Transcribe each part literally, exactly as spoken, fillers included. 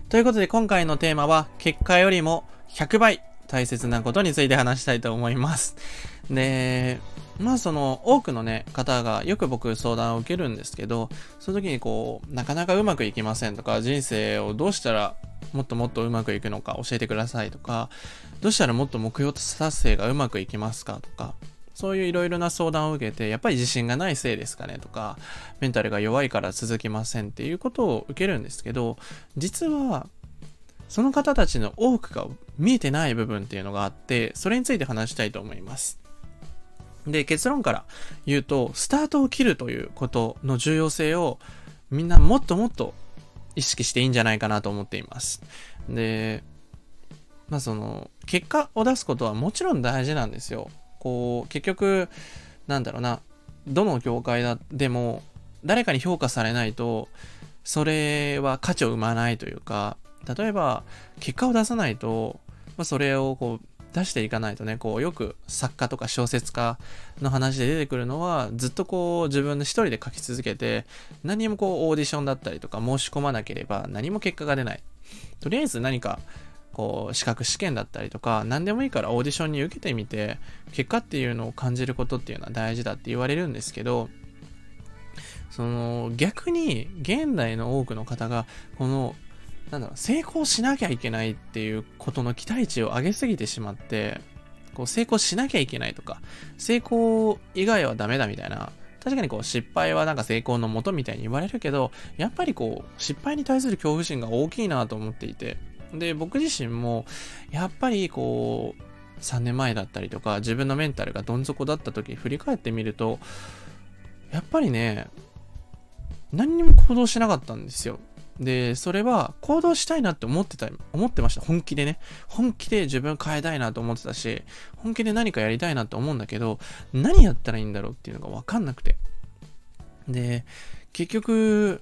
ということで今回のテーマは結果よりもひゃくばい大切なことについて話したいと思います。で、まあその多くのね方がよく僕相談を受けるんですけど、その時にこうなかなかうまくいきませんとか、人生をどうしたらもっともっとうまくいくのか教えてくださいとか、どうしたらもっと目標達成がうまくいきますかとか、そういういろいろな相談を受けて、やっぱり自信がないせいですかねとか、メンタルが弱いから続きませんっていうことを受けるんですけど、実はその方たちの多くが見えてない部分っていうのがあって、それについて話したいと思います。で、結論から言うと、スタートを切るということの重要性をみんなもっともっと意識していいんじゃないかなと思っています。で、まあその結果を出すことはもちろん大事なんですよ。こう結局なんだろうな、どの業界でも誰かに評価されないとそれは価値を生まないというか、例えば結果を出さないと、まあ、それをこう出していかないとね、こうよく作家とか小説家の話で出てくるのは、ずっとこう自分で一人で書き続けて、何もこうオーディションだったりとか申し込まなければ何も結果が出ない。とりあえず何かこう資格試験だったりとか何でもいいからオーディションに受けてみて、結果っていうのを感じることっていうのは大事だって言われるんですけど、その逆に現代の多くの方がこのなんだろう、成功しなきゃいけないっていうことの期待値を上げすぎてしまって、こう成功しなきゃいけないとか、成功以外はダメだみたいな、確かにこう失敗はなんか成功のもとみたいに言われるけど、やっぱりこう失敗に対する恐怖心が大きいなと思っていて、で僕自身もやっぱりこうさんねんまえだったりとか、自分のメンタルがどん底だった時振り返ってみると、やっぱりね何にも行動しなかったんですよ。で、それは行動したいなって思ってた、思ってました。本気でね。本気で自分変えたいなと思ってたし、本気で何かやりたいなと思うんだけど、何やったらいいんだろうっていうのが分かんなくて。で、結局、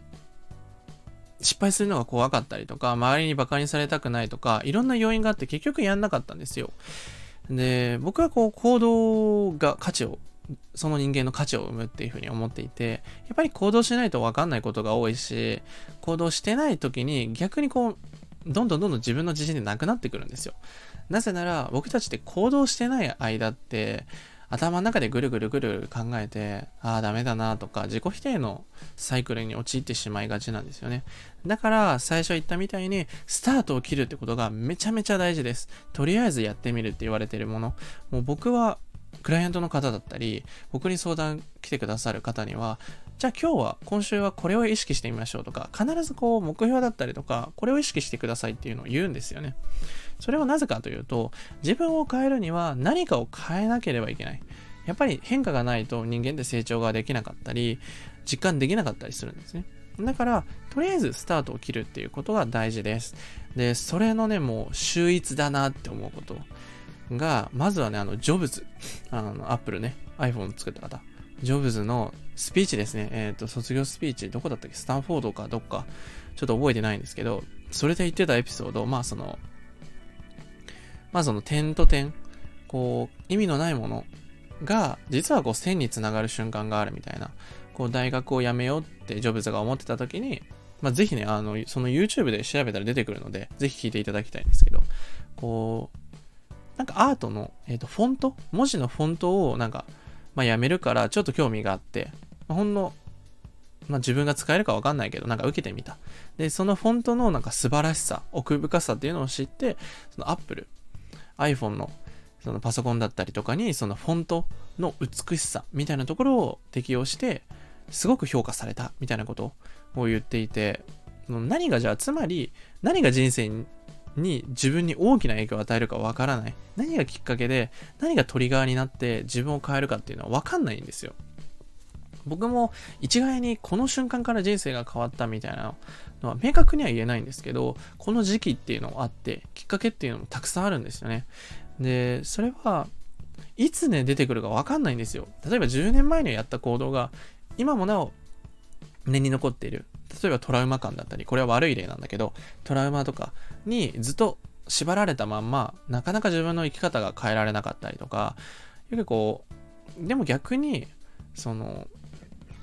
失敗するのが怖かったりとか、周りにバカにされたくないとか、いろんな要因があって結局やんなかったんですよ。で、僕はこう行動が価値をその人間の価値を生むっていうふうに思っていて、やっぱり行動しないと分かんないことが多いし、行動してない時に逆にこうどんどんどんどん自分の自信でなくなってくるんですよ。なぜなら僕たちって行動してない間って頭の中でぐるぐるぐる考えて、ああダメだなとか自己否定のサイクルに陥ってしまいがちなんですよね。だから最初言ったみたいにスタートを切るってことがめちゃめちゃ大事です。とりあえずやってみるって言われているもの、もう僕はクライアントの方だったり、僕に相談来てくださる方には、じゃあ今日は今週はこれを意識してみましょうとか、必ずこう目標だったりとか、これを意識してくださいっていうのを言うんですよね。それはなぜかというと、自分を変えるには何かを変えなければいけない。やっぱり変化がないと人間で成長ができなかったり、実感できなかったりするんですね。だから、とりあえずスタートを切るっていうことが大事です。で、それのね、もう秀逸だなって思うことが、まずはね、あの、ジョブズ、あの、アップルね、iPhone 作った方、ジョブズのスピーチですね、えっと、卒業スピーチ、どこだったっけ、スタンフォードかどっか、ちょっと覚えてないんですけど、それで言ってたエピソード、まあその、まあその点と点、こう、意味のないものが、実はこう線につながる瞬間があるみたいな、こう、大学を辞めようってジョブズが思ってた時に、まあぜひね、あの、その YouTube で調べたら出てくるので、ぜひ聞いていただきたいんですけど、こう、なんかアートの、えーと、フォント文字のフォントをなんか、まあ、やめるからちょっと興味があって、まあ、ほんの、まあ、自分が使えるかわかんないけど、なんか受けてみた。で、そのフォントのなんか素晴らしさ、奥深さっていうのを知って、その Apple、iPhone のそのパソコンだったりとかに、そのフォントの美しさみたいなところを適用して、すごく評価されたみたいなことを言っていて、何がじゃあ、つまり、何が人生にに自分に大きな影響を与えるかわからない。何がきっかけで何がトリガーになって自分を変えるかっていうのはわかんないんですよ。僕も一概にこの瞬間から人生が変わったみたいなのは明確には言えないんですけど、この時期っていうのがあってきっかけっていうのもたくさんあるんですよね。で、それはいつね出てくるかわかんないんですよ。例えばじゅうねんまえにやった行動が今もなお根に残っている。例えばトラウマ感だったり、これは悪い例なんだけど、トラウマとかにずっと縛られたまんま、なかなか自分の生き方が変えられなかったりとか、よくこう、でも逆に、その、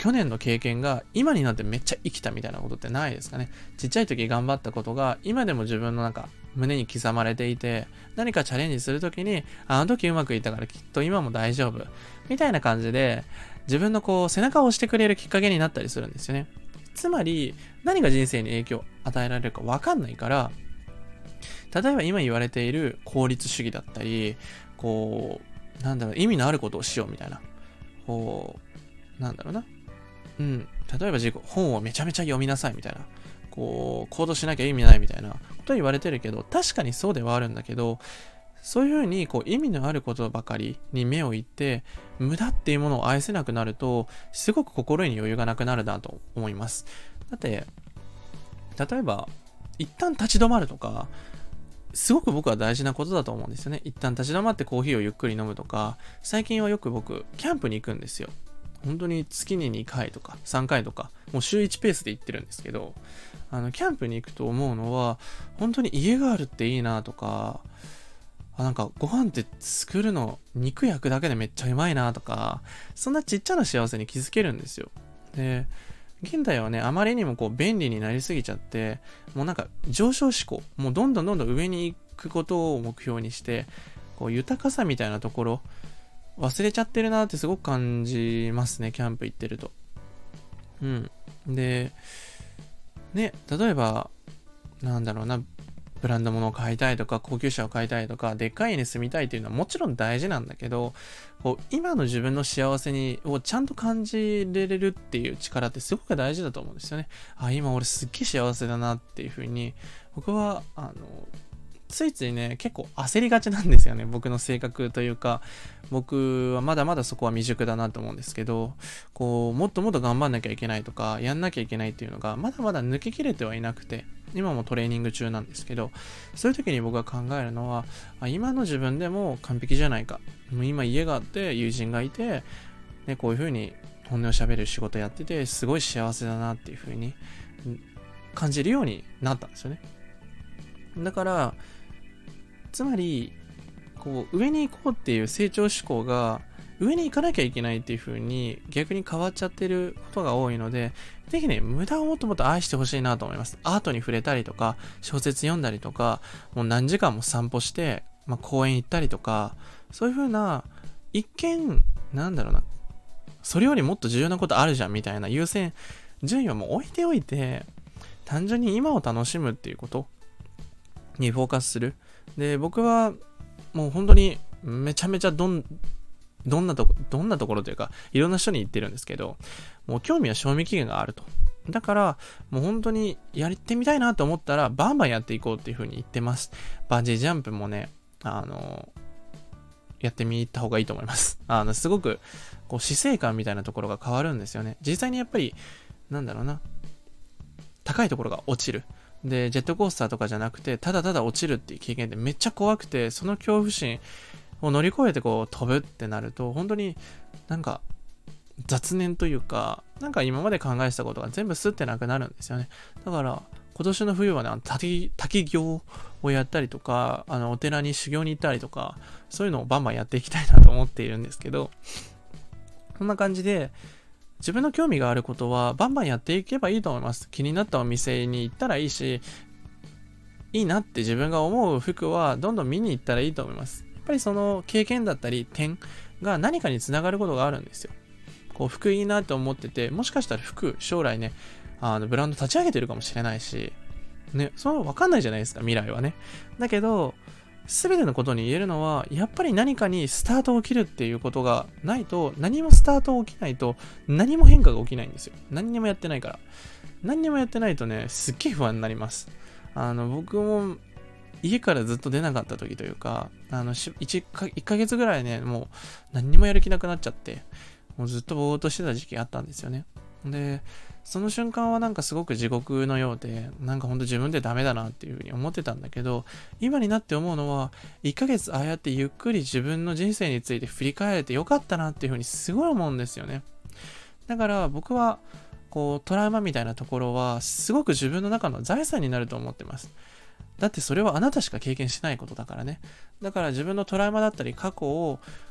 去年の経験が今になってめっちゃ生きたみたいなことってないですかね。ちっちゃい時頑張ったことが今でも自分のなんか胸に刻まれていて、何かチャレンジするときに、あの時うまくいったからきっと今も大丈夫みたいな感じで、自分のこう背中を押してくれるきっかけになったりするんですよね。つまり何が人生に影響を与えられるか分かんないから、例えば今言われている効率主義だったり、こうなんだろう、意味のあることをしようみたいな、こうなんだろうな、うん、例えば自己本をめちゃめちゃ読みなさいみたいな、こう行動しなきゃ意味ないみたいなこと言われてるけど、確かにそうではあるんだけど、そういうふうにこう意味のあることばかりに目をいって無駄っていうものを愛せなくなると、すごく心に余裕がなくなるなと思います。だって例えば一旦立ち止まるとか、すごく僕は大事なことだと思うんですよね。一旦立ち止まってコーヒーをゆっくり飲むとか、最近はよく僕キャンプに行くんですよ。本当に月ににかいとかさんかいとか、もう週いちペースで行ってるんですけど、あのキャンプに行くと思うのは、本当に家があるっていいなとか、あ、なんかご飯って作るの肉焼くだけでめっちゃうまいなとか、そんなちっちゃな幸せに気づけるんですよ。で、現代はね、あまりにもこう便利になりすぎちゃって、もうなんか上昇志向、もうどんどんどんどん上に行くことを目標にして、こう豊かさみたいなところ忘れちゃってるなってすごく感じますね、キャンプ行ってると。うん。で、ね、例えば、なんだろうな、ブランド物を買いたいとか、高級車を買いたいとか、でっかい家に住みたいっていうのはもちろん大事なんだけど、こう今の自分の幸せにをちゃんと感じれるっていう力ってすごく大事だと思うんですよね。あ、今俺すっげえ幸せだなっていう風に、僕は、あの、ついついね、結構焦りがちなんですよね。僕の性格というか、僕はまだまだそこは未熟だなと思うんですけど、こう、もっともっと頑張んなきゃいけないとか、やんなきゃいけないっていうのが、まだまだ抜けきれてはいなくて、今もトレーニング中なんですけど、そういう時に僕が考えるのは、あ、今の自分でも完璧じゃないか。もう今家があって、友人がいて、ね、こういう風に本音を喋る仕事やってて、すごい幸せだなっていう風に感じるようになったんですよね。だから、つまり、こう、上に行こうっていう成長志向が、上に行かなきゃいけないっていう風に逆に変わっちゃってることが多いので、ぜひね、無駄をもっともっと愛してほしいなと思います。アートに触れたりとか、小説読んだりとか、もう何時間も散歩して、まあ、公園行ったりとか、そういう風な、一見、なんだろうな、それよりもっと重要なことあるじゃんみたいな優先順位はもう置いておいて、単純に今を楽しむっていうことにフォーカスする。で、僕はもう本当にめちゃめちゃどんどんなとこどんなところというか、いろんな人に言ってるんですけど、もう興味は賞味期限があると。だからもう本当にやってみたいなと思ったらバンバンやっていこうっていう風に言ってます。バンジージャンプもね、あのやってみた方がいいと思います。あのすごくこう死生観みたいなところが変わるんですよね。実際にやっぱりなんだろうな、高いところが落ちる。で、ジェットコースターとかじゃなくて、ただただ落ちるっていう経験ってめっちゃ怖くて、その恐怖心を乗り越えてこう飛ぶってなると、本当になんか雑念というか、なんか今まで考えてたことが全部スッてなくなるんですよね。だから今年の冬はね、滝、滝行をやったりとか、あのお寺に修行に行ったりとか、そういうのをバンバンやっていきたいなと思っているんですけど、そんな感じで自分の興味があることはバンバンやっていけばいいと思います。気になったお店に行ったらいいし、いいなって自分が思う服はどんどん見に行ったらいいと思います。やっぱりその経験だったり点が何かにつながることがあるんですよ。こう服いいなと思ってて、もしかしたら服将来ね、あのブランド立ち上げてるかもしれないし、ね、それは分かんないじゃないですか、未来はね。だけど全てのことに言えるのは、やっぱり何かにスタートを切るっていうことがないと、何もスタートを起きないと何も変化が起きないんですよ。何にもやってないから。何にもやってないとね、すっげえ不安になります。あの僕も家からずっと出なかった時というか、あの 1, かいっかげつぐらいね、もう何にもやる気なくなっちゃって、もうずっとぼーっとしてた時期あったんですよね。で、その瞬間はなんかすごく地獄のようで、なんかほんと自分でダメだなっていうふうに思ってたんだけど、今になって思うのは、いっかげつああやってゆっくり自分の人生について振り返れてよかったなっていうふうにすごい思うんですよね。だから僕はこうトラウマみたいなところはすごく自分の中の財産になると思ってます。だってそれはあなたしか経験しないことだからね。だから自分のトラウマだったり過去を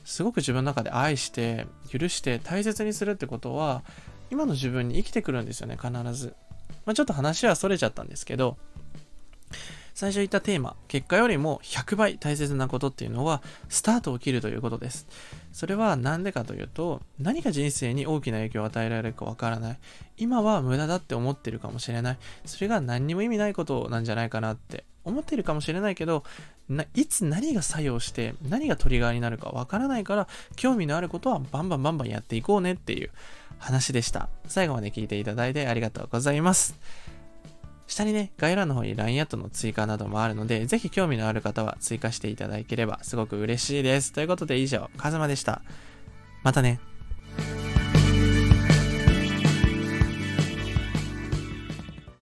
すごく自分の中で愛して許して大切にするってことは今の自分に生きてくるんですよね、必ず。まあ、ちょっと話はそれちゃったんですけど、最初言ったテーマ、結果よりもひゃくばい大切なことっていうのはスタートを切るということです。それは何でかというと、何が人生に大きな影響を与えられるかわからない。今は無駄だって思ってるかもしれない。それが何にも意味ないことなんじゃないかなって思ってるかもしれないけど、ないつ何が作用して何がトリガーになるかわからないから、興味のあることはバンバンバンバンやっていこうねっていう話でした。最後まで聞いていただいてありがとうございます。下にね、概要欄の方に ライン アットの追加などもあるので、ぜひ興味のある方は追加していただければすごく嬉しいです。ということで以上、カズマでした。またね。